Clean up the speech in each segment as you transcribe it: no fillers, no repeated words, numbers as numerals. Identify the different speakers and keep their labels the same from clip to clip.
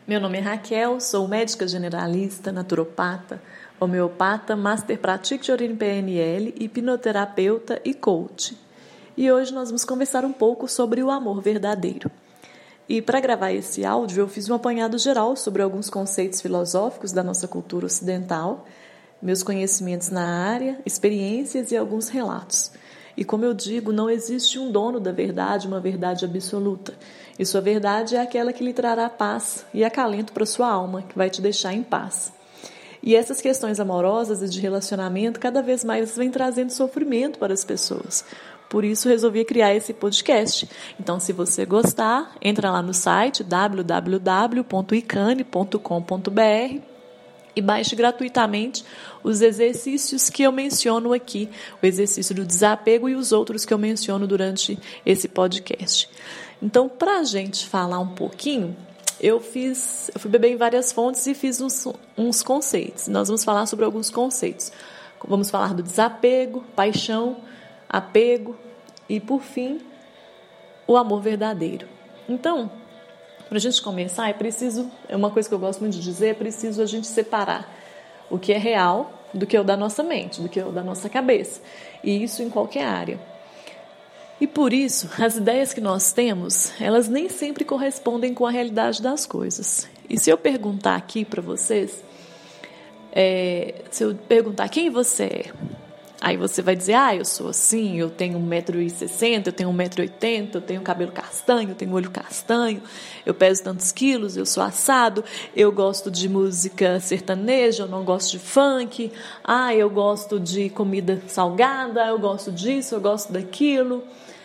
Speaker 1: Meu nome é Raquel, sou médica generalista, naturopata, homeopata, master practitioner em PNL, hipnoterapeuta e coach. E hoje nós vamos conversar um pouco sobre o amor verdadeiro. E para gravar esse áudio eu fiz um apanhado geral sobre alguns conceitos filosóficos da nossa cultura ocidental, meus conhecimentos na área, experiências e alguns relatos. E como eu digo, não existe um dono da verdade, uma verdade absoluta. E sua verdade é aquela que lhe trará paz e acalento para sua alma, que vai te deixar em paz. E essas questões amorosas e de relacionamento cada vez mais vêm trazendo sofrimento para as pessoas. Por isso resolvi criar esse podcast. Então, se você gostar, entra lá no site www.icane.com.br e baixe gratuitamente os exercícios que eu menciono aqui, o exercício do desapego e os outros que eu menciono durante esse podcast. Então, para a gente falar um pouquinho, eu fui beber em várias fontes e fiz uns conceitos. Nós vamos falar sobre alguns conceitos. Vamos falar do desapego, paixão, apego e, por fim, o amor verdadeiro. Então, para a gente começar, é uma coisa que eu gosto muito de dizer, é preciso a gente separar o que é real do que é o da nossa mente, do que é o da nossa cabeça. E isso em qualquer área. E por isso, as ideias que nós temos, elas nem sempre correspondem com a realidade das coisas. E se eu perguntar aqui para vocês, se eu perguntar quem você é, aí você vai dizer, eu sou assim, eu tenho 1,60 m, eu tenho 1,80 m, eu tenho cabelo castanho, eu tenho olho castanho, eu peso tantos quilos, eu sou assado, eu gosto de música sertaneja, eu não gosto de funk, eu gosto de comida salgada, eu gosto disso, eu gosto daquilo.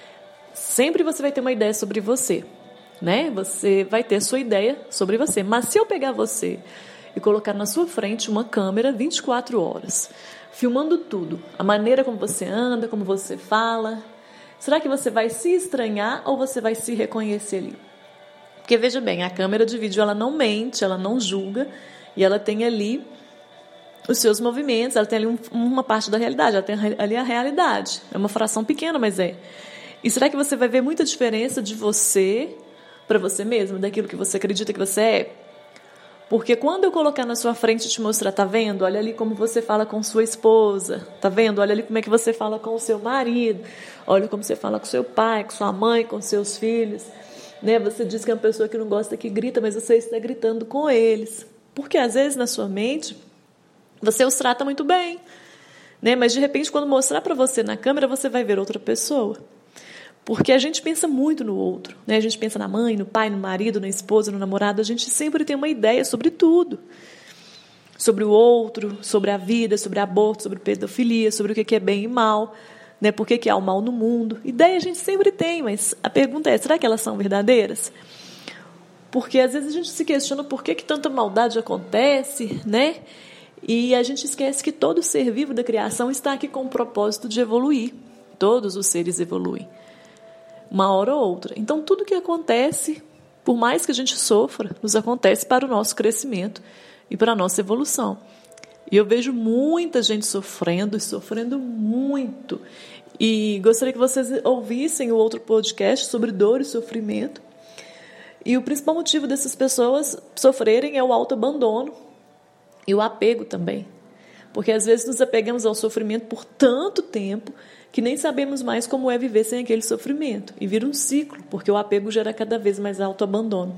Speaker 1: Sempre você vai ter uma ideia sobre você, né? Você vai ter a sua ideia sobre você. Mas se eu pegar você e colocar na sua frente uma câmera 24 horas, filmando tudo, a maneira como você anda, como você fala, será que você vai se estranhar ou você vai se reconhecer ali? Porque veja bem, a câmera de vídeo ela não mente, ela não julga e ela tem ali os seus movimentos, ela tem ali uma parte da realidade, ela tem ali a realidade. É uma fração pequena, mas é. E será que você vai ver muita diferença de você para você mesmo, daquilo que você acredita que você é? Porque quando eu colocar na sua frente e te mostrar, tá vendo? Olha ali como você fala com sua esposa, tá vendo? Olha ali como é que você fala com o seu marido, olha como você fala com seu pai, com sua mãe, com seus filhos, né? Você diz que é uma pessoa que não gosta que grita, mas você está gritando com eles. Porque às vezes na sua mente você os trata muito bem, né? Mas de repente quando mostrar para você na câmera, você vai ver outra pessoa. Porque a gente pensa muito no outro, né? A gente pensa na mãe, no pai, no marido, na esposa, no namorado. A gente sempre tem uma ideia sobre tudo. Sobre o outro, sobre a vida, sobre aborto, sobre pedofilia, sobre o que é bem e mal, né? Por que há o mal no mundo. Ideia a gente sempre tem, mas a pergunta é, será que elas são verdadeiras? Porque às vezes a gente se questiona por que tanta maldade acontece, né? E a gente esquece que todo ser vivo da criação está aqui com o propósito de evoluir. Todos os seres evoluem. Uma hora ou outra. Então, tudo que acontece, por mais que a gente sofra, nos acontece para o nosso crescimento e para a nossa evolução. E eu vejo muita gente sofrendo muito. E gostaria que vocês ouvissem o outro podcast sobre dor e sofrimento. E o principal motivo dessas pessoas sofrerem é o autoabandono e o apego também. Porque às vezes nos apegamos ao sofrimento por tanto tempo que nem sabemos mais como é viver sem aquele sofrimento. E vira um ciclo, porque o apego gera cada vez mais autoabandono.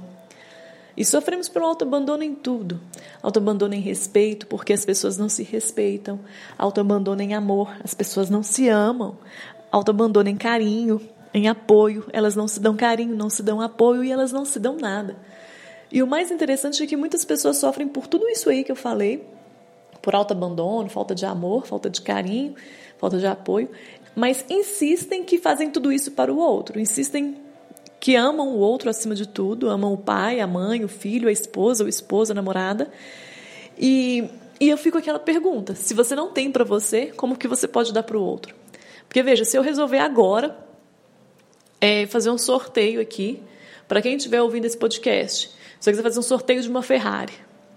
Speaker 1: E sofremos pelo autoabandono em tudo. Autoabandono em respeito, porque as pessoas não se respeitam. Autoabandono em amor, as pessoas não se amam. Autoabandono em carinho, em apoio. Elas não se dão carinho, não se dão apoio e elas não se dão nada. E o mais interessante é que muitas pessoas sofrem por tudo isso aí que eu falei, por autoabandono, falta de amor, falta de carinho, falta de apoio, mas insistem que fazem tudo isso para o outro, insistem que amam o outro acima de tudo, amam o pai, a mãe, o filho, a esposa, a namorada. E eu fico com aquela pergunta, se você não tem para você, como que você pode dar para o outro? Porque veja, se eu resolver agora fazer um sorteio aqui, para quem estiver ouvindo esse podcast, se eu quiser fazer um sorteio de uma Ferrari,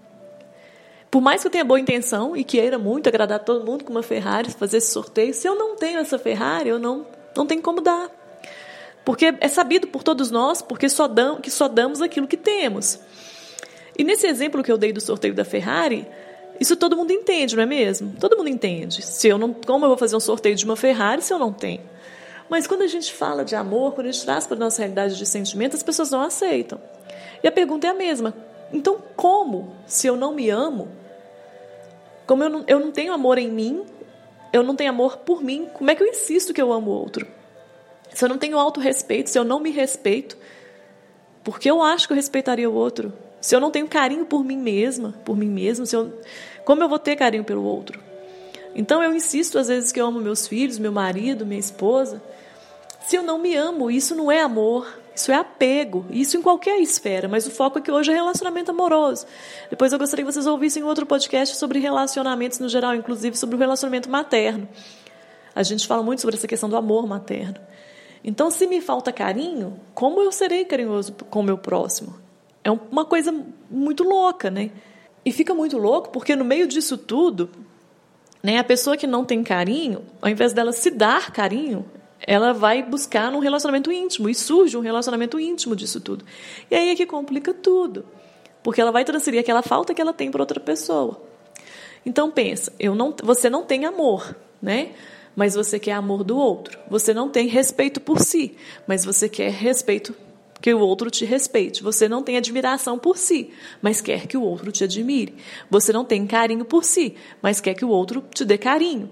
Speaker 1: por mais que eu tenha boa intenção e queira muito agradar todo mundo com uma Ferrari, fazer esse sorteio, se eu não tenho essa Ferrari, eu não tenho como dar. Porque é sabido por todos nós, porque só damos aquilo que temos. E nesse exemplo que eu dei do sorteio da Ferrari, isso todo mundo entende, não é mesmo? Todo mundo entende. Como eu vou fazer um sorteio de uma Ferrari se eu não tenho? Mas quando a gente fala de amor, quando a gente traz para a nossa realidade de sentimento, as pessoas não aceitam. E a pergunta é a mesma. Então, como, se eu não me amo, como eu não tenho amor em mim, eu não tenho amor por mim, como é que eu insisto que eu amo o outro? Se eu não tenho autorrespeito, se eu não me respeito, por que eu acho que eu respeitaria o outro? Se eu não tenho carinho por mim mesmo, como eu vou ter carinho pelo outro? Então eu insisto às vezes que eu amo meus filhos, meu marido, minha esposa. Se eu não me amo, isso não é amor, isso é apego, isso em qualquer esfera, mas o foco aqui hoje é relacionamento amoroso. Depois eu gostaria que vocês ouvissem outro podcast sobre relacionamentos no geral, inclusive sobre o relacionamento materno. A gente fala muito sobre essa questão do amor materno. Então, se me falta carinho, como eu serei carinhoso com o meu próximo? É uma coisa muito louca, né? E fica muito louco porque no meio disso tudo, né, a pessoa que não tem carinho, ao invés dela se dar carinho, ela vai buscar num relacionamento íntimo e surge um relacionamento íntimo disso tudo. E aí é que complica tudo, porque ela vai transferir aquela falta que ela tem para outra pessoa. Então pensa, você não tem amor, né? Mas você quer amor do outro. Você não tem respeito por si, mas você quer respeito, que o outro te respeite. Você não tem admiração por si, mas quer que o outro te admire. Você não tem carinho por si, mas quer que o outro te dê carinho.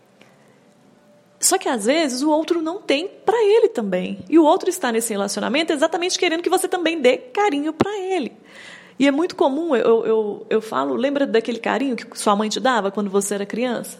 Speaker 1: Só que às vezes o outro não tem para ele também. E o outro está nesse relacionamento exatamente querendo que você também dê carinho para ele. E é muito comum, eu falo, lembra daquele carinho que sua mãe te dava quando você era criança?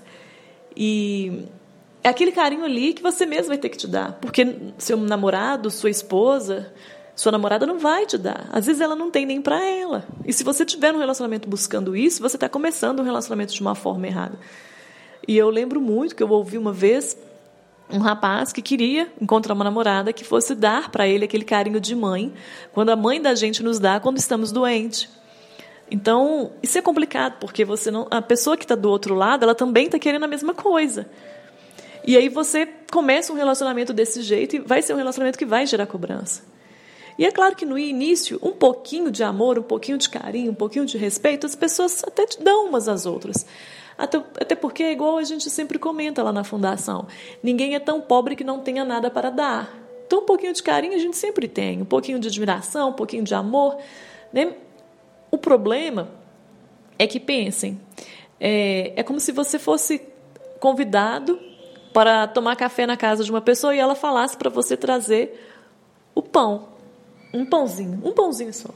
Speaker 1: E é aquele carinho ali que você mesmo vai ter que te dar. Porque seu namorado, sua esposa, sua namorada não vai te dar. Às vezes ela não tem nem para ela. E se você tiver um relacionamento buscando isso, você está começando um relacionamento de uma forma errada. E eu lembro muito que eu ouvi uma vez um rapaz que queria encontrar uma namorada que fosse dar para ele aquele carinho de mãe, quando a mãe da gente nos dá quando estamos doentes. Então, isso é complicado, porque a pessoa que está do outro lado, ela também está querendo a mesma coisa. E aí você começa um relacionamento desse jeito e vai ser um relacionamento que vai gerar cobrança. E é claro que no início, um pouquinho de amor, um pouquinho de carinho, um pouquinho de respeito, as pessoas até te dão umas às outras. Até porque é igual a gente sempre comenta lá na fundação. Ninguém é tão pobre que não tenha nada para dar. Então, um pouquinho de carinho a gente sempre tem. Um pouquinho de admiração, um pouquinho de amor, né? O problema é que, pensem, é como se você fosse convidado para tomar café na casa de uma pessoa e ela falasse para você trazer o pão. Um pãozinho só.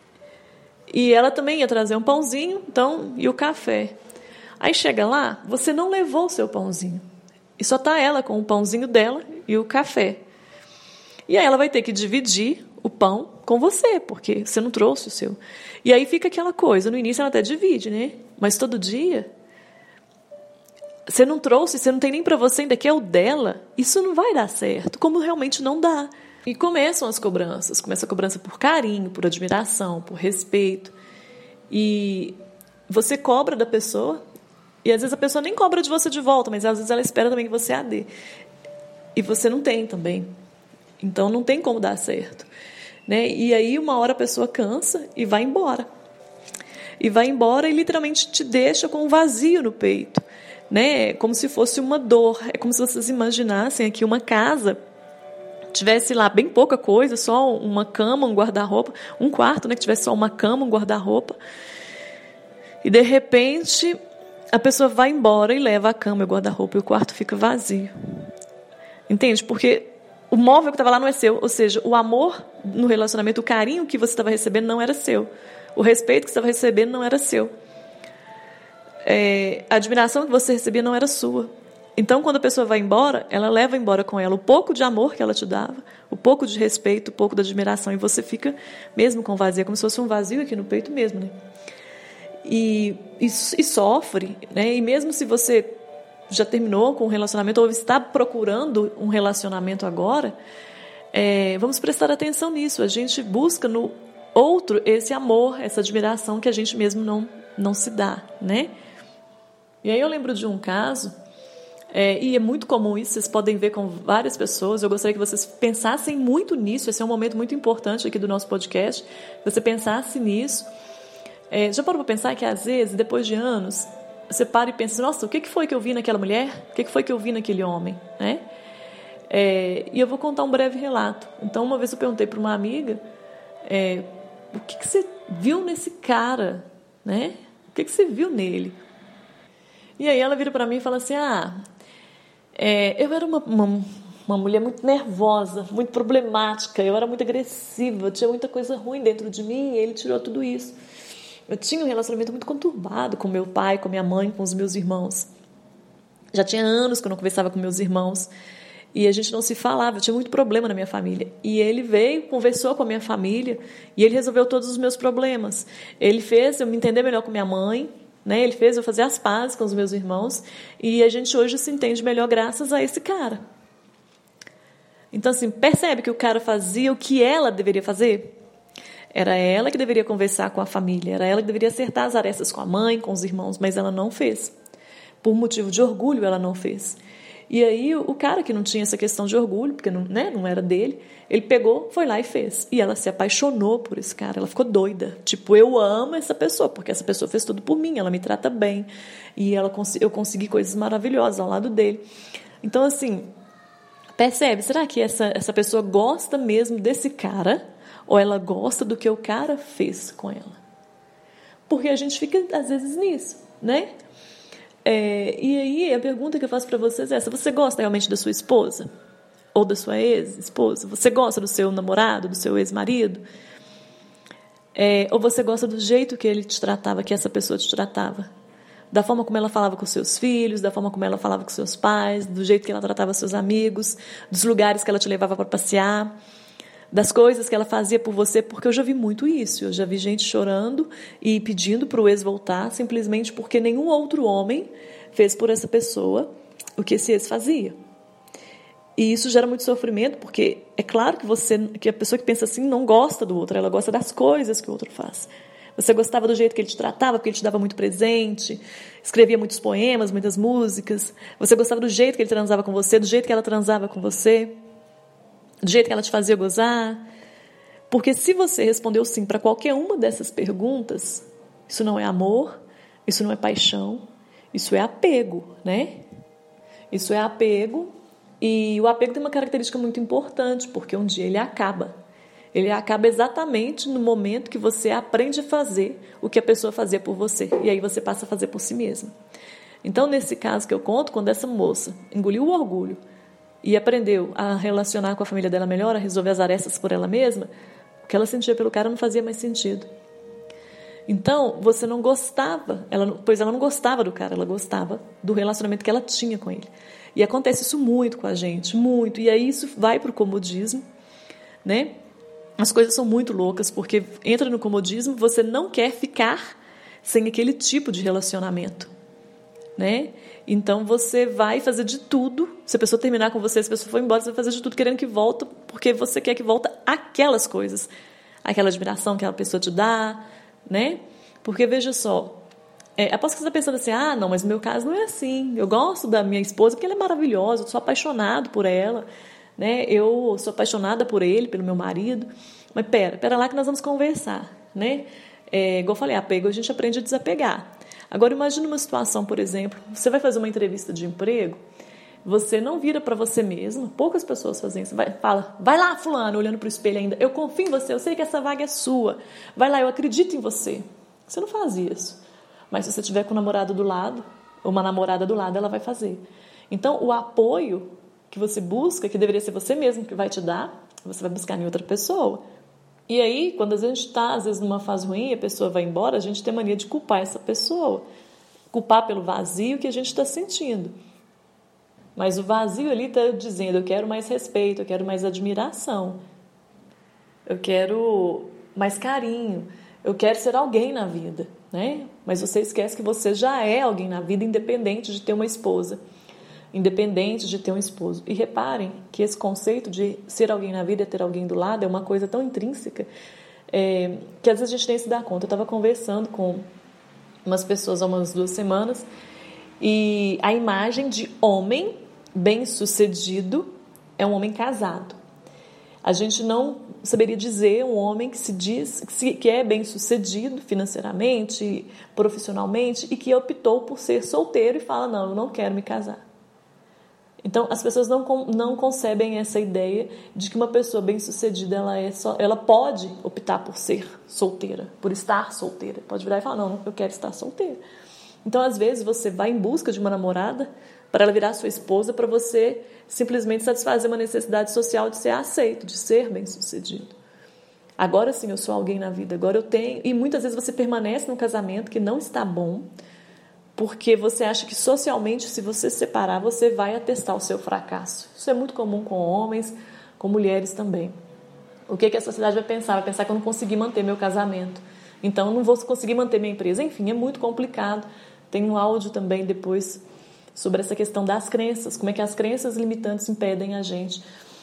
Speaker 1: E ela também ia trazer um pãozinho, então, e o café. Aí chega lá, você não levou o seu pãozinho. E só está ela com o pãozinho dela e o café. E aí ela vai ter que dividir o pão com você, porque você não trouxe o seu. E aí fica aquela coisa, no início ela até divide, né? Mas todo dia, você não trouxe, você não tem nem para você, ainda quer o dela, isso não vai dar certo, como realmente não dá. E começam as cobranças, começa a cobrança por carinho, por admiração, por respeito. E você cobra da pessoa, e às vezes a pessoa nem cobra de você de volta, mas às vezes ela espera também que você a dê. E você não tem também. Então não tem como dar certo. Né? E aí uma hora a pessoa cansa e vai embora. E vai embora e literalmente te deixa com um vazio no peito. Né? Como se fosse uma dor. É como se vocês imaginassem aqui uma casa, tivesse lá bem pouca coisa, só uma cama, um guarda-roupa, um quarto, né, que tivesse só uma cama, um guarda-roupa. E de repente a pessoa vai embora e leva a cama e o guarda-roupa e o quarto fica vazio. Entende? Porque o móvel que estava lá não é seu. Ou seja, o amor no relacionamento, o carinho que você estava recebendo não era seu. O respeito que você estava recebendo não era seu. A admiração que você recebia não era sua. Então, quando a pessoa vai embora, ela leva embora com ela o pouco de amor que ela te dava, o pouco de respeito, o pouco de admiração. E você fica mesmo com vazio, como se fosse um vazio aqui no peito mesmo, né? E sofre, né? E mesmo se você já terminou com um relacionamento ou está procurando um relacionamento agora, vamos prestar atenção nisso. A gente busca no outro esse amor, essa admiração que a gente mesmo não se dá, né? E aí eu lembro de um caso, e é muito comum isso, vocês podem ver com várias pessoas. Eu gostaria que vocês pensassem muito nisso. Esse é um momento muito importante aqui do nosso podcast, que você pensasse nisso. Já parou para pensar que às vezes, depois de anos, você para e pensa, nossa, o que foi que eu vi naquela mulher? O que foi que eu vi naquele homem? Né? E eu vou contar um breve relato. Então, uma vez eu perguntei para uma amiga, o que você viu nesse cara? Né? O que você viu nele? E aí ela vira para mim e fala assim, eu era uma mulher muito nervosa, muito problemática, eu era muito agressiva, tinha muita coisa ruim dentro de mim e ele tirou tudo isso. Eu tinha um relacionamento muito conturbado com meu pai, com minha mãe, com os meus irmãos. Já tinha anos que eu não conversava com meus irmãos e a gente não se falava, eu tinha muito problema na minha família. E ele veio, conversou com a minha família e ele resolveu todos os meus problemas. Ele fez eu me entender melhor com minha mãe, né? Ele fez eu fazer as pazes com os meus irmãos e a gente hoje se entende melhor graças a esse cara. Então, assim, percebe que o cara fazia o que ela deveria fazer? Era ela que deveria conversar com a família, era ela que deveria acertar as arestas com a mãe, com os irmãos, mas ela não fez. Por motivo de orgulho, ela não fez. E aí, o cara que não tinha essa questão de orgulho, porque não era dele, ele pegou, foi lá e fez. E ela se apaixonou por esse cara, ela ficou doida. Tipo, eu amo essa pessoa, porque essa pessoa fez tudo por mim, ela me trata bem. E eu consegui coisas maravilhosas ao lado dele. Então, assim, percebe, será que essa pessoa gosta mesmo desse cara? Ou ela gosta do que o cara fez com ela? Porque a gente fica, às vezes, nisso, né? E aí, a pergunta que eu faço para vocês é essa. Você gosta realmente da sua esposa? Ou da sua ex-esposa? Você gosta do seu namorado, do seu ex-marido? Ou você gosta do jeito que ele te tratava, que essa pessoa te tratava? Da forma como ela falava com seus filhos, da forma como ela falava com seus pais, do jeito que ela tratava seus amigos, dos lugares que ela te levava para passear, das coisas que ela fazia por você, porque eu já vi muito isso. Eu já vi gente chorando e pedindo para o ex voltar simplesmente porque nenhum outro homem fez por essa pessoa o que esse ex fazia. E isso gera muito sofrimento, porque é claro que a pessoa que pensa assim não gosta do outro, ela gosta das coisas que o outro faz. Você gostava do jeito que ele te tratava, porque ele te dava muito presente, escrevia muitos poemas, muitas músicas. Você gostava do jeito que ele transava com você, do jeito que ela transava com você, do jeito que ela te fazia gozar. Porque se você respondeu sim para qualquer uma dessas perguntas, isso não é amor, isso não é paixão, isso é apego, né? Isso é apego, e o apego tem uma característica muito importante, porque um dia ele acaba. Ele acaba exatamente no momento que você aprende a fazer o que a pessoa fazia por você, e aí você passa a fazer por si mesmo. Então, nesse caso que eu conto, quando essa moça engoliu o orgulho e aprendeu a relacionar com a família dela melhor, a resolver as arestas por ela mesma, o que ela sentia pelo cara não fazia mais sentido. Então, você não gostava, pois ela não gostava do cara, ela gostava do relacionamento que ela tinha com ele. E acontece isso muito com a gente, muito. E aí isso vai para o comodismo, né? As coisas são muito loucas, porque entra no comodismo, você não quer ficar sem aquele tipo de relacionamento, né? Então você vai fazer de tudo. Se a pessoa terminar com você, se a pessoa for embora, você vai fazer de tudo querendo que volte, porque você quer que volte aquelas coisas, aquela admiração que aquela pessoa te dá, né? Porque veja só, aposto que você está pensando assim, não, mas no meu caso não é assim. Eu gosto da minha esposa porque ela é maravilhosa, eu sou apaixonado por ela, né? Eu sou apaixonada por ele, pelo meu marido. Mas pera lá que nós vamos conversar, né? Igual eu falei, apego a gente aprende a desapegar. Agora imagine uma situação, por exemplo, você vai fazer uma entrevista de emprego, você não vira para você mesma, poucas pessoas fazem isso, fala, vai lá fulano, olhando para o espelho ainda, eu confio em você, eu sei que essa vaga é sua, vai lá, eu acredito em você. Você não faz isso, mas se você tiver com um namorado do lado, ou uma namorada do lado, ela vai fazer. Então o apoio que você busca, que deveria ser você mesmo que vai te dar, você vai buscar em outra pessoa. E aí, quando a gente está, às vezes, numa fase ruim e a pessoa vai embora, a gente tem mania de culpar essa pessoa. Culpar pelo vazio que a gente está sentindo. Mas o vazio ali está dizendo, eu quero mais respeito, eu quero mais admiração. Eu quero mais carinho. Eu quero ser alguém na vida, né? Mas você esquece que você já é alguém na vida, independente de ter uma esposa. Independente de ter um esposo. E reparem que esse conceito de ser alguém na vida e ter alguém do lado é uma coisa tão intrínseca que às vezes a gente nem se dá conta. Eu estava conversando com umas pessoas há umas 2 semanas e a imagem de homem bem-sucedido é um homem casado. A gente não saberia dizer um homem que se diz que é bem-sucedido financeiramente, profissionalmente, e que optou por ser solteiro e fala, não, eu não quero me casar. Então, as pessoas não concebem essa ideia de que uma pessoa bem-sucedida ela pode optar por ser solteira, por estar solteira. Pode virar e falar, não, eu quero estar solteira. Então, às vezes, você vai em busca de uma namorada para ela virar sua esposa, para você simplesmente satisfazer uma necessidade social de ser aceito, de ser bem-sucedido. Agora sim, eu sou alguém na vida, agora eu tenho... E muitas vezes você permanece num casamento que não está bom, porque você acha que socialmente, se você se separar, você vai atestar o seu fracasso. Isso é muito comum com homens, com mulheres também. O que a sociedade vai pensar? Vai pensar que eu não consegui manter meu casamento. Então, eu não vou conseguir manter minha empresa. Enfim, é muito complicado. Tem um áudio também depois sobre essa questão das crenças. Como é que as crenças limitantes impedem a gente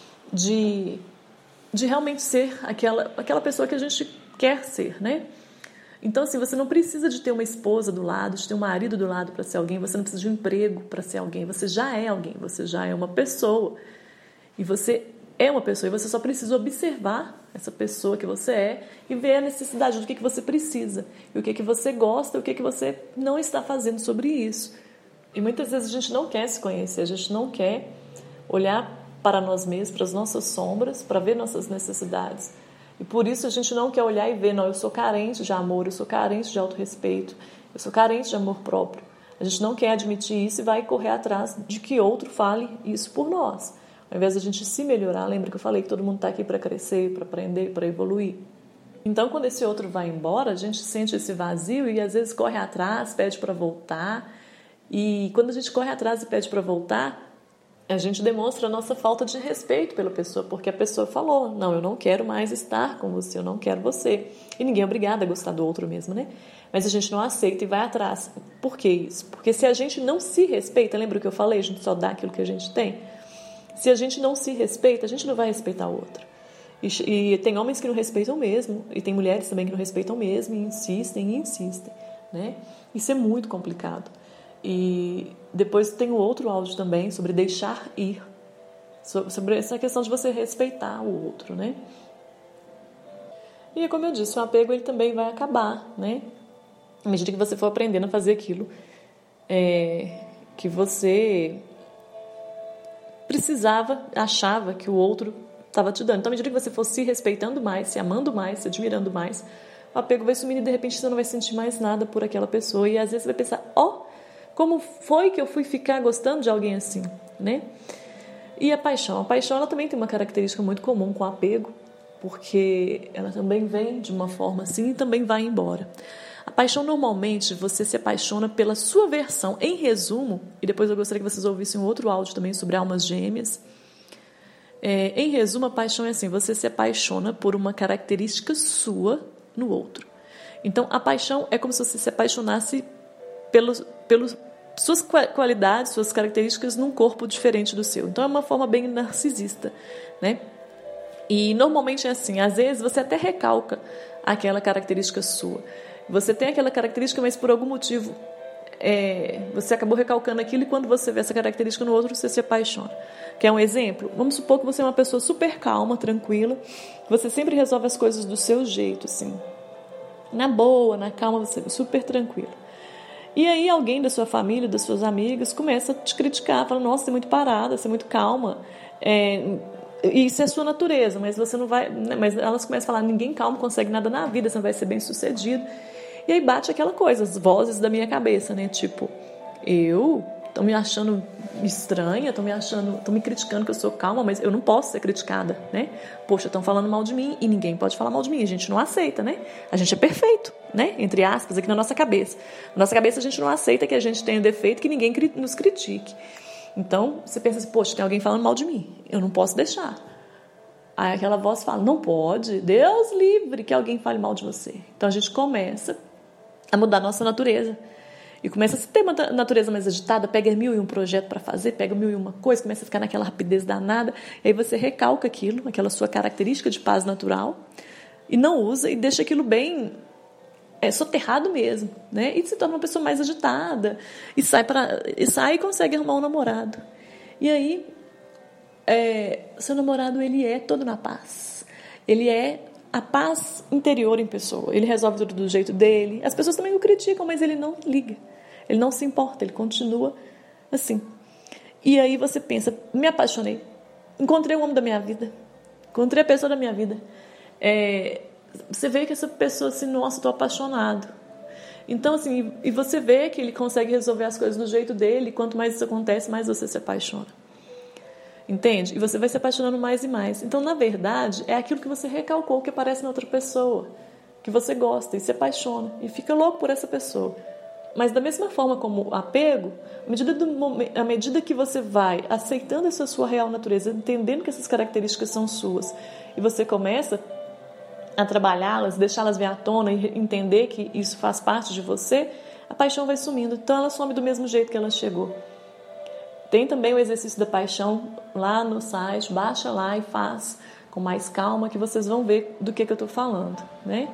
Speaker 1: de realmente ser aquela pessoa que a gente quer ser, né? Então, assim, você não precisa de ter uma esposa do lado, de ter um marido do lado para ser alguém, você não precisa de um emprego para ser alguém, você já é alguém, você já é uma pessoa. E você é uma pessoa, e você só precisa observar essa pessoa que você é e ver a necessidade do que você precisa, e o que você gosta, e o que você não está fazendo sobre isso. E muitas vezes a gente não quer se conhecer, a gente não quer olhar para nós mesmos, para as nossas sombras, para ver nossas necessidades. E por isso a gente não quer olhar e ver, não, eu sou carente de amor, eu sou carente de autorrespeito, eu sou carente de amor próprio. A gente não quer admitir isso e vai correr atrás de que outro fale isso por nós. Ao invés de a gente se melhorar, lembra que eu falei que todo mundo está aqui para crescer, para aprender, para evoluir? Então, quando esse outro vai embora, a gente sente esse vazio e às vezes corre atrás, pede para voltar. E quando a gente corre atrás e pede para voltar, a gente demonstra a nossa falta de respeito pela pessoa, porque a pessoa falou, não, eu não quero mais estar com você, eu não quero você. E ninguém é obrigado a gostar do outro mesmo, né? Mas a gente não aceita e vai atrás. Por que isso? Porque se a gente não se respeita, lembra o que eu falei? A gente só dá aquilo que a gente tem. Se a gente não se respeita, a gente não vai respeitar o outro. E tem homens que não respeitam mesmo, e tem mulheres também que não respeitam mesmo, e insistem, né? Isso é muito complicado. E depois tem o outro áudio também sobre deixar ir, sobre essa questão de você respeitar o outro, né? E como eu disse, o apego ele também vai acabar, né? À medida que você for aprendendo a fazer aquilo que você precisava, achava que o outro estava te dando. Então, à medida que você for se respeitando mais, se amando mais, se admirando mais, o apego vai sumindo e de repente você não vai sentir mais nada por aquela pessoa. E às vezes você vai pensar, como foi que eu fui ficar gostando de alguém assim, né? E a paixão ela também tem uma característica muito comum com o apego, porque ela também vem de uma forma assim e também vai embora. A paixão, normalmente, você se apaixona pela sua versão. Em resumo, e depois eu gostaria que vocês ouvissem um outro áudio também sobre almas gêmeas. Em resumo, a paixão é assim, você se apaixona por uma característica sua no outro. Então, a paixão é como se você se apaixonasse pelos suas qualidades, suas características num corpo diferente do seu. Então, é uma forma bem narcisista, né? E normalmente é assim, às vezes você até recalca aquela característica sua. Você tem aquela característica, mas por algum motivo você acabou recalcando aquilo e quando você vê essa característica no outro, você se apaixona. Quer um exemplo? Vamos supor que você é uma pessoa super calma, tranquila, você sempre resolve as coisas do seu jeito, assim. Na boa, na calma, você é super tranquilo. E aí alguém da sua família, das suas amigas, começa a te criticar, fala, nossa, você é muito parada, você é muito calma. Isso é a sua natureza, mas você não vai... Mas elas começam a falar, ninguém calmo consegue nada na vida, você não vai ser bem sucedido. E aí bate aquela coisa, as vozes da minha cabeça, né? Tipo, estão me achando estranha, estão me criticando que eu sou calma, mas eu não posso ser criticada, né? Poxa, estão falando mal de mim e ninguém pode falar mal de mim, a gente não aceita, né? A gente é perfeito, né? Entre aspas, aqui na nossa cabeça. Na nossa cabeça a gente não aceita que a gente tenha defeito, que ninguém nos critique. Então, você pensa assim, poxa, tem alguém falando mal de mim, eu não posso deixar. Aí aquela voz fala, não pode, Deus livre que alguém fale mal de você. Então a gente começa a mudar a nossa natureza. E começa a ter uma natureza mais agitada, pega 1001 projeto para fazer, pega 1001 coisa, começa a ficar naquela rapidez danada, e aí você recalca aquilo, aquela sua característica de paz natural, e não usa, e deixa aquilo bem soterrado mesmo, né? E se torna uma pessoa mais agitada, e sai e consegue arrumar um namorado. E aí, seu namorado, ele é todo na paz. Ele é a paz interior em pessoa. Ele resolve tudo do jeito dele. As pessoas também o criticam, mas ele não liga. Ele não se importa, ele continua assim. E aí você pensa, me apaixonei. Encontrei o homem da minha vida. Encontrei a pessoa da minha vida. Você vê que essa pessoa assim, nossa, estou apaixonado. Então, assim, e você vê que ele consegue resolver as coisas do jeito dele. E quanto mais isso acontece, mais você se apaixona. Entende? E você vai se apaixonando mais e mais. Então, na verdade, é aquilo que você recalcou que aparece na outra pessoa, que você gosta e se apaixona e fica louco por essa pessoa. Mas da mesma forma como o apego, à medida que você vai aceitando essa sua real natureza, entendendo que essas características são suas, e você começa a trabalhá-las, deixá-las vir à tona e entender que isso faz parte de você, a paixão vai sumindo. Então ela some do mesmo jeito que ela chegou. Tem também o exercício da paixão lá no site, baixa lá e faz com mais calma que vocês vão ver do que eu estou falando, né?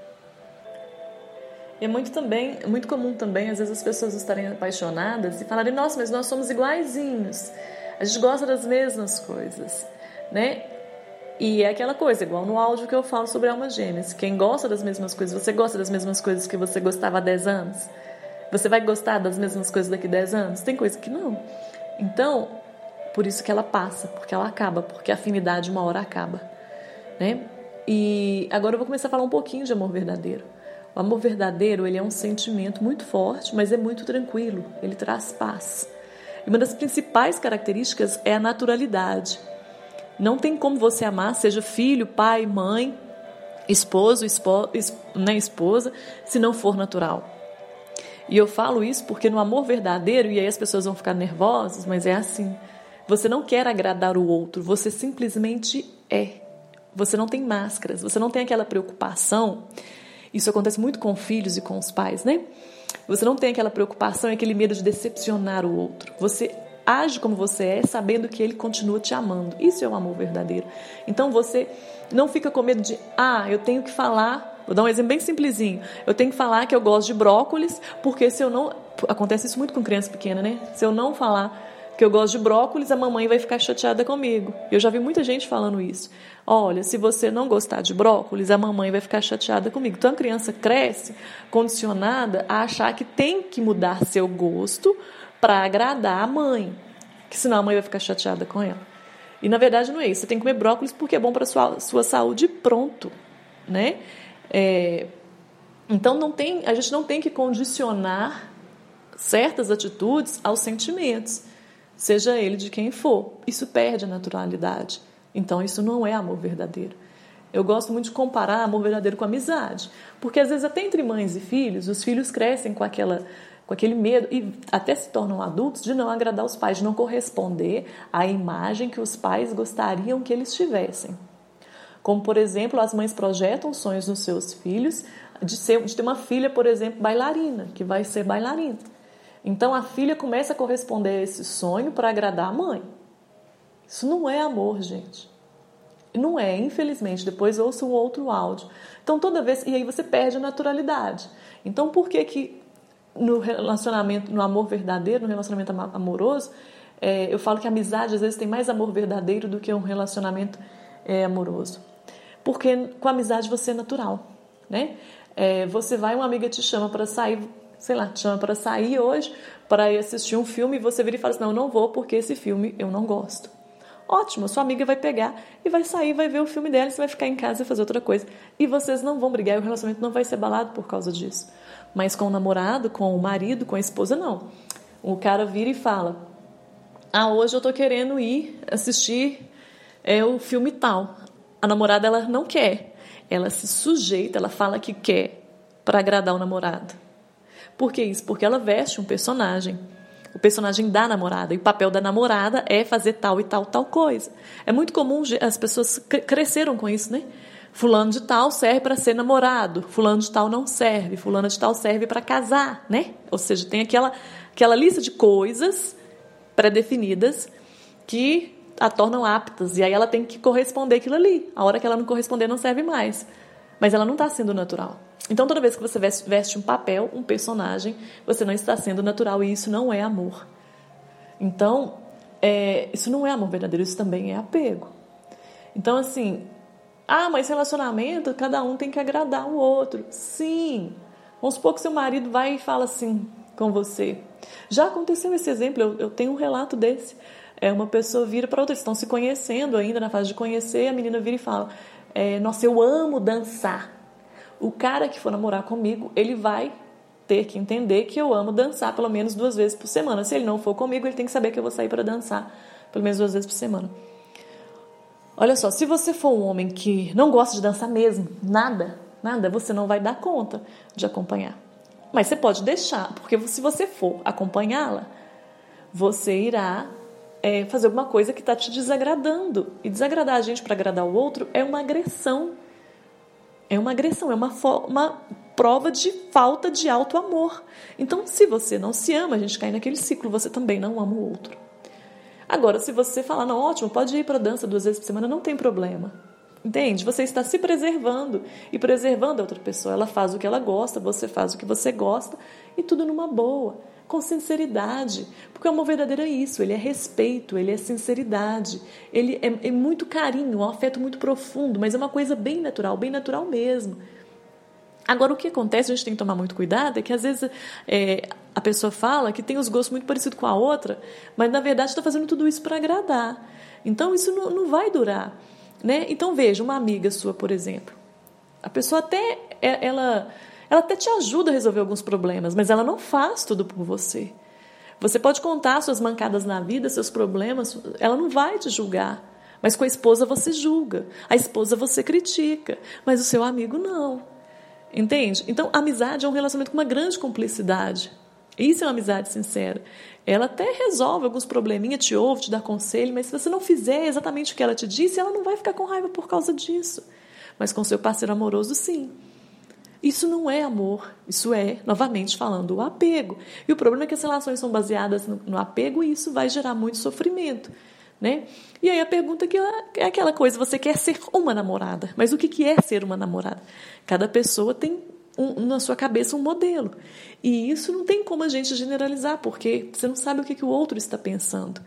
Speaker 1: E é muito comum também, às vezes as pessoas estarem apaixonadas e falarem, nossa, mas nós somos iguaizinhos, a gente gosta das mesmas coisas, né? E é aquela coisa, igual no áudio que eu falo sobre almas gêmeas, quem gosta das mesmas coisas, você gosta das mesmas coisas que você gostava há 10 anos? Você vai gostar das mesmas coisas daqui a 10 anos? Tem coisa que não. Então, por isso que ela passa, porque ela acaba, porque a afinidade uma hora acaba, né? E agora eu vou começar a falar um pouquinho de amor verdadeiro. O amor verdadeiro, ele é um sentimento muito forte, mas é muito tranquilo, ele traz paz. E uma das principais características é a naturalidade. Não tem como você amar, seja filho, pai, mãe, esposa, se não for natural. E eu falo isso porque no amor verdadeiro, e aí as pessoas vão ficar nervosas, mas é assim. Você não quer agradar o outro, você simplesmente é. Você não tem máscaras, você não tem aquela preocupação. Isso acontece muito com filhos e com os pais, né? Você não tem aquela preocupação e aquele medo de decepcionar o outro. Você age como você é, sabendo que ele continua te amando. Isso é o amor verdadeiro. Então você não fica com medo de, eu tenho que falar. Vou dar um exemplo bem simplesinho. Eu tenho que falar que eu gosto de brócolis, porque se eu não... Acontece isso muito com criança pequena, né? Se eu não falar que eu gosto de brócolis, a mamãe vai ficar chateada comigo. Eu já vi muita gente falando isso. Olha, se você não gostar de brócolis, a mamãe vai ficar chateada comigo. Então a criança cresce condicionada a achar que tem que mudar seu gosto para agradar a mãe, que senão a mãe vai ficar chateada com ela. E na verdade não é isso. Você tem que comer brócolis porque é bom para a sua saúde, pronto, né? Então a gente não tem que condicionar certas atitudes aos sentimentos, seja ele de quem for. Isso perde a naturalidade. Então isso não é amor verdadeiro. Eu gosto muito de comparar amor verdadeiro com amizade, porque às vezes até entre mães e filhos, os filhos crescem com aquele medo e até se tornam adultos de não agradar os pais, de não corresponder à imagem que os pais gostariam que eles tivessem. Como, por exemplo, as mães projetam sonhos nos seus filhos de ter uma filha, por exemplo, bailarina, que vai ser bailarina. Então, a filha começa a corresponder a esse sonho para agradar a mãe. Isso não é amor, gente. Não é, infelizmente. Depois ouça um outro áudio. Então, toda vez... E aí você perde a naturalidade. Então, por que no relacionamento, no amor verdadeiro, no relacionamento amoroso, eu falo que a amizade, às vezes, tem mais amor verdadeiro do que um relacionamento amoroso? Porque com a amizade você é natural, né? Você vai, uma amiga te chama para sair, sei lá, te chama para sair hoje, para ir assistir um filme, e você vira e fala assim, não, eu não vou porque esse filme eu não gosto. Ótimo, sua amiga vai pegar e vai sair, vai ver o filme dela, e você vai ficar em casa e fazer outra coisa. E vocês não vão brigar, e o relacionamento não vai ser abalado por causa disso. Mas com o namorado, com o marido, com a esposa, não. O cara vira e fala, hoje eu tô querendo ir assistir o filme tal. A namorada, ela não quer. Ela se sujeita, ela fala que quer para agradar o namorado. Por que isso? Porque ela veste um personagem. O personagem da namorada. E o papel da namorada é fazer tal e tal coisa. É muito comum, as pessoas cresceram com isso, né? Fulano de tal serve para ser namorado. Fulano de tal não serve. Fulano de tal serve para casar, né? Ou seja, tem aquela lista de coisas pré-definidas que a tornam aptas, e aí ela tem que corresponder aquilo ali. A hora que ela não corresponder, não serve mais. Mas ela não está sendo natural. Então, toda vez que você veste um papel, um personagem, você não está sendo natural, e isso não é amor. Então, isso não é amor verdadeiro, isso também é apego. Então, assim, Mas relacionamento, cada um tem que agradar o outro. Sim. Vamos supor que seu marido vai e fala assim com você. Já aconteceu esse exemplo, eu tenho um relato desse. Uma pessoa vira para outra, estão se conhecendo ainda, na fase de conhecer, a menina vira e fala, nossa, eu amo dançar. O cara que for namorar comigo, ele vai ter que entender que eu amo dançar pelo menos 2 vezes por semana. Se ele não for comigo, ele tem que saber que eu vou sair para dançar pelo menos 2 vezes por semana. Olha só, se você for um homem que não gosta de dançar mesmo, nada, você não vai dar conta de acompanhar. Mas você pode deixar, porque se você for acompanhá-la, você irá fazer alguma coisa que está te desagradando. E desagradar a gente para agradar o outro é uma agressão. É uma agressão, é uma prova de falta de auto-amor. Então, se você não se ama, a gente cai naquele ciclo, você também não ama o outro. Agora, se você falar, não, ótimo, pode ir para a dança 2 vezes por semana, não tem problema. Entende? Você está se preservando e preservando a outra pessoa. Ela faz o que ela gosta, você faz o que você gosta e tudo numa boa, com sinceridade. Porque o amor verdadeiro é isso, ele é respeito, ele é sinceridade, ele é muito carinho, um afeto muito profundo, mas é uma coisa bem natural mesmo. Agora, o que acontece, a gente tem que tomar muito cuidado, é que às vezes a pessoa fala que tem os gostos muito parecidos com a outra, mas na verdade está fazendo tudo isso para agradar. Então, isso não vai durar. Né? Então, veja, uma amiga sua, por exemplo, a pessoa ela até te ajuda a resolver alguns problemas, mas ela não faz tudo por você. Você pode contar suas mancadas na vida, seus problemas, ela não vai te julgar. Mas com a esposa você julga, a esposa você critica, mas o seu amigo não. Entende? Então, a amizade é um relacionamento com uma grande cumplicidade. Isso é uma amizade sincera. Ela até resolve alguns probleminhas, te ouve, te dá conselho, mas se você não fizer exatamente o que ela te disse, ela não vai ficar com raiva por causa disso. Mas com seu parceiro amoroso, sim. Isso não é amor, isso é, novamente falando, o apego. E o problema é que as relações são baseadas no apego e isso vai gerar muito sofrimento. Né? E aí a pergunta é aquela coisa, você quer ser uma namorada, mas o que é ser uma namorada? Cada pessoa tem na sua cabeça um modelo. E isso não tem como a gente generalizar, porque você não sabe o que o outro está pensando.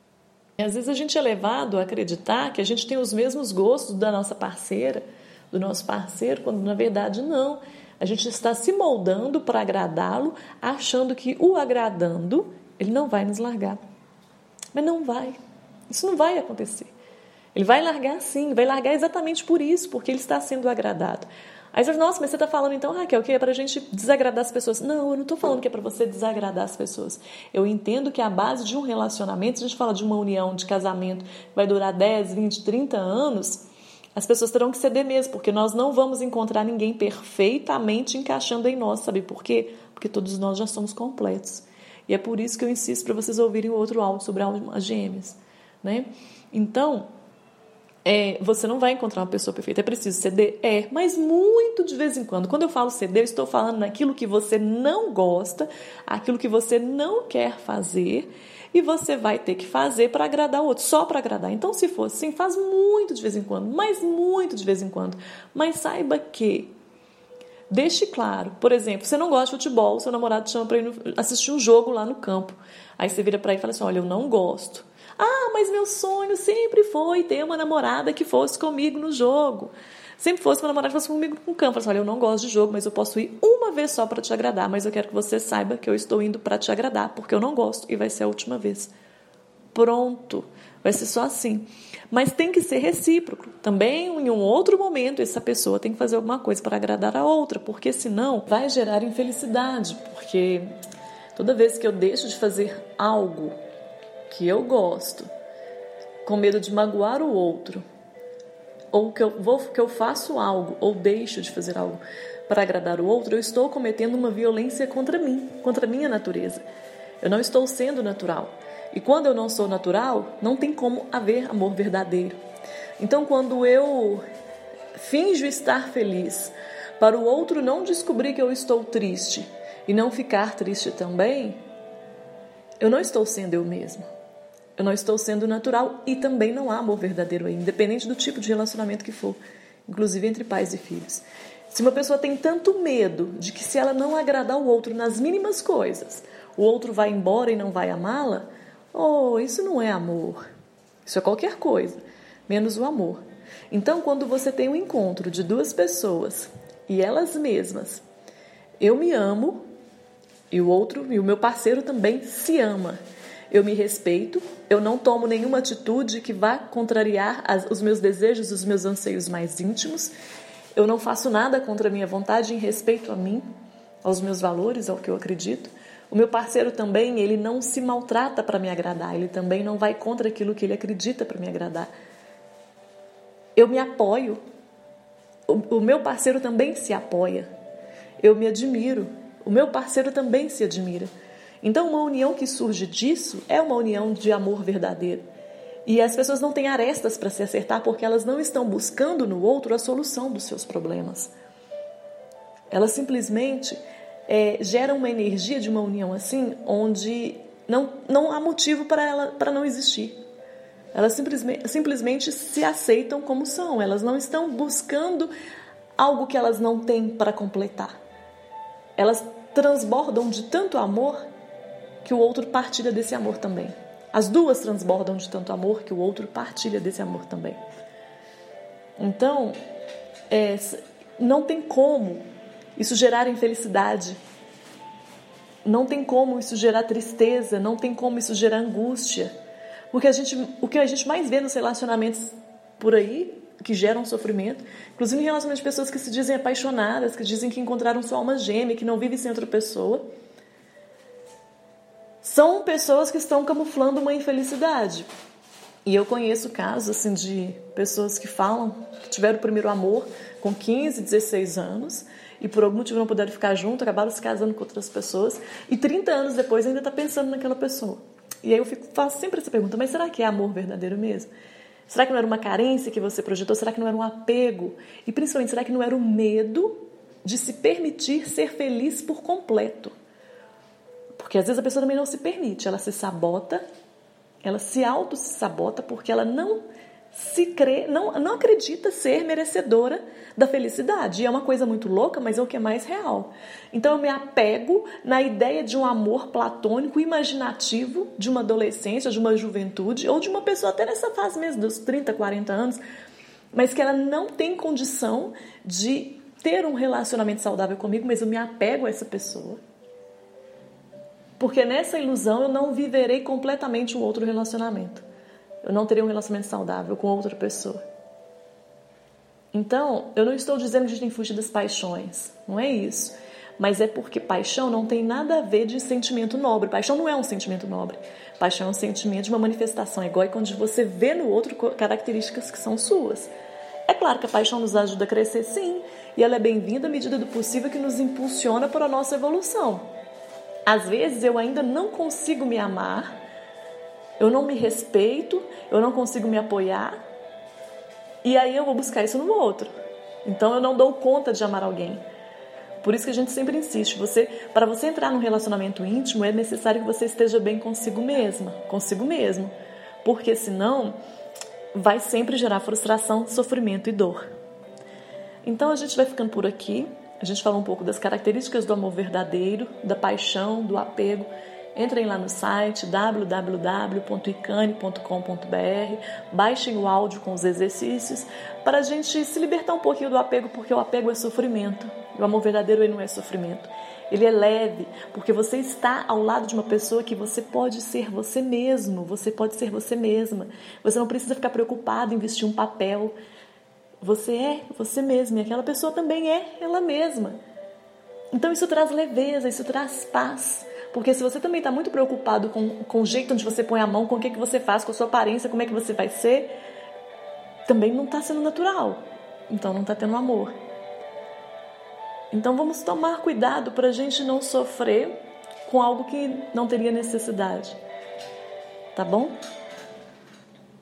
Speaker 1: E às vezes a gente é levado a acreditar que a gente tem os mesmos gostos da nossa parceira, do nosso parceiro, quando na verdade não. A gente está se moldando para agradá-lo, achando que o agradando, ele não vai nos largar. Mas não vai. Isso não vai acontecer. Ele vai largar sim, vai largar exatamente por isso, porque ele está sendo agradado. Aí você fala, nossa, mas você está falando então, Raquel, que é para a gente desagradar as pessoas. Não, eu não estou falando que é para você desagradar as pessoas. Eu entendo que a base de um relacionamento, se a gente fala de uma união, de casamento, que vai durar 10, 20, 30 anos, as pessoas terão que ceder mesmo, porque nós não vamos encontrar ninguém perfeitamente encaixando em nós, sabe por quê? Porque todos nós já somos completos. E é por isso que eu insisto para vocês ouvirem o outro áudio sobre almas gêmeas. Né? Então, você não vai encontrar uma pessoa perfeita, é preciso ceder? Mas muito de vez em quando. Quando eu falo ceder, eu estou falando naquilo que você não gosta, aquilo que você não quer fazer, e você vai ter que fazer para agradar o outro, só para agradar. Então, se for assim, faz muito de vez em quando, mas muito de vez em quando. Mas saiba que, deixe claro, por exemplo, você não gosta de futebol, seu namorado te chama para ir assistir um jogo lá no campo. Aí você vira para ele e fala assim, olha, eu não gosto. Mas meu sonho sempre foi ter uma namorada que fosse comigo no jogo. Sempre fosse uma namorada que fosse comigo no campo. Eu falei, olha, eu não gosto de jogo, mas eu posso ir uma vez só para te agradar. Mas eu quero que você saiba que eu estou indo para te agradar, porque eu não gosto e vai ser a última vez. Pronto. Vai ser só assim. Mas tem que ser recíproco. Também, em um outro momento, essa pessoa tem que fazer alguma coisa para agradar a outra, porque senão vai gerar infelicidade. Porque toda vez que eu deixo de fazer algo que eu gosto, com medo de magoar o outro, ou que eu faço algo, ou deixo de fazer algo para agradar o outro, eu estou cometendo uma violência contra mim, contra a minha natureza. Eu não estou sendo natural. E quando eu não sou natural, não tem como haver amor verdadeiro. Então, quando eu finjo estar feliz, para o outro não descobrir que eu estou triste e não ficar triste também, eu não estou sendo eu mesma. Eu não estou sendo natural e também não há amor verdadeiro aí, independente do tipo de relacionamento que for, inclusive entre pais e filhos. Se uma pessoa tem tanto medo de que se ela não agradar o outro nas mínimas coisas, o outro vai embora e não vai amá-la, isso não é amor. Isso é qualquer coisa, menos o amor. Então, quando você tem um encontro de duas pessoas e elas mesmas, eu me amo e o meu parceiro também se ama. Eu me respeito, eu não tomo nenhuma atitude que vá contrariar os meus desejos, os meus anseios mais íntimos. Eu não faço nada contra a minha vontade em respeito a mim, aos meus valores, ao que eu acredito. O meu parceiro também, ele não se maltrata para me agradar, ele também não vai contra aquilo que ele acredita para me agradar. Eu me apoio, o meu parceiro também se apoia. Eu me admiro, o meu parceiro também se admira. Então, uma união que surge disso é uma união de amor verdadeiro. E as pessoas não têm arestas para se acertar porque elas não estão buscando no outro a solução dos seus problemas. Elas simplesmente geram uma energia de uma união assim, onde não há motivo para não existir. Elas simplesmente se aceitam como são. Elas não estão buscando algo que elas não têm para completar. Elas transbordam de tanto amor que o outro partilha desse amor também. As duas transbordam de tanto amor que o outro partilha desse amor também. Então, não tem como isso gerar infelicidade. Não tem como isso gerar tristeza. Não tem como isso gerar angústia. Porque o que a gente mais vê nos relacionamentos por aí, que geram sofrimento, inclusive em relacionamentos de pessoas que se dizem apaixonadas, que dizem que encontraram sua alma gêmea, que não vivem sem outra pessoa, são pessoas que estão camuflando uma infelicidade. E eu conheço casos assim, de pessoas que falam que tiveram o primeiro amor com 15, 16 anos e por algum motivo não puderam ficar junto, acabaram se casando com outras pessoas e 30 anos depois ainda está pensando naquela pessoa. E aí eu faço sempre essa pergunta, mas será que é amor verdadeiro mesmo? Será que não era uma carência que você projetou? Será que não era um apego? E principalmente, será que não era o medo de se permitir ser feliz por completo? Porque às vezes a pessoa também não se permite, ela se sabota, ela se auto-sabota porque ela não acredita ser merecedora da felicidade. E é uma coisa muito louca, mas é o que é mais real. Então eu me apego na ideia de um amor platônico, imaginativo, de uma adolescência, de uma juventude, ou de uma pessoa até nessa fase mesmo, dos 30, 40 anos, mas que ela não tem condição de ter um relacionamento saudável comigo, mas eu me apego a essa pessoa. Porque nessa ilusão eu não viverei completamente um outro relacionamento. Eu não terei um relacionamento saudável com outra pessoa. Então, eu não estou dizendo que a gente tem que fugir das paixões. Não é isso. Mas é porque paixão não tem nada a ver de sentimento nobre. Paixão não é um sentimento nobre. Paixão é um sentimento de uma manifestação egóica onde você vê no outro características que são suas. É claro que a paixão nos ajuda a crescer, sim. E ela é bem-vinda à medida do possível que nos impulsiona para a nossa evolução. Às vezes eu ainda não consigo me amar, eu não me respeito, eu não consigo me apoiar, e aí eu vou buscar isso no outro. Então eu não dou conta de amar alguém. Por isso que a gente sempre insiste, para você entrar num relacionamento íntimo, é necessário que você esteja bem consigo mesma, consigo mesmo. Porque senão vai sempre gerar frustração, sofrimento e dor. Então a gente vai ficando por aqui. A gente falou um pouco das características do amor verdadeiro, da paixão, do apego. Entrem lá no site www.icane.com.br, baixem o áudio com os exercícios para a gente se libertar um pouquinho do apego, porque o apego é sofrimento. E o amor verdadeiro ele não é sofrimento. Ele é leve, porque você está ao lado de uma pessoa que você pode ser você mesmo, você pode ser você mesma. Você não precisa ficar preocupado em vestir um papel. Você é você mesma e aquela pessoa também é ela mesma. Então isso traz leveza, isso traz paz. Porque se você também está muito preocupado com o jeito onde você põe a mão, com o que você faz, com a sua aparência, como é que você vai ser, também não está sendo natural. Então não está tendo amor. Então vamos tomar cuidado para a gente não sofrer com algo que não teria necessidade. Tá bom?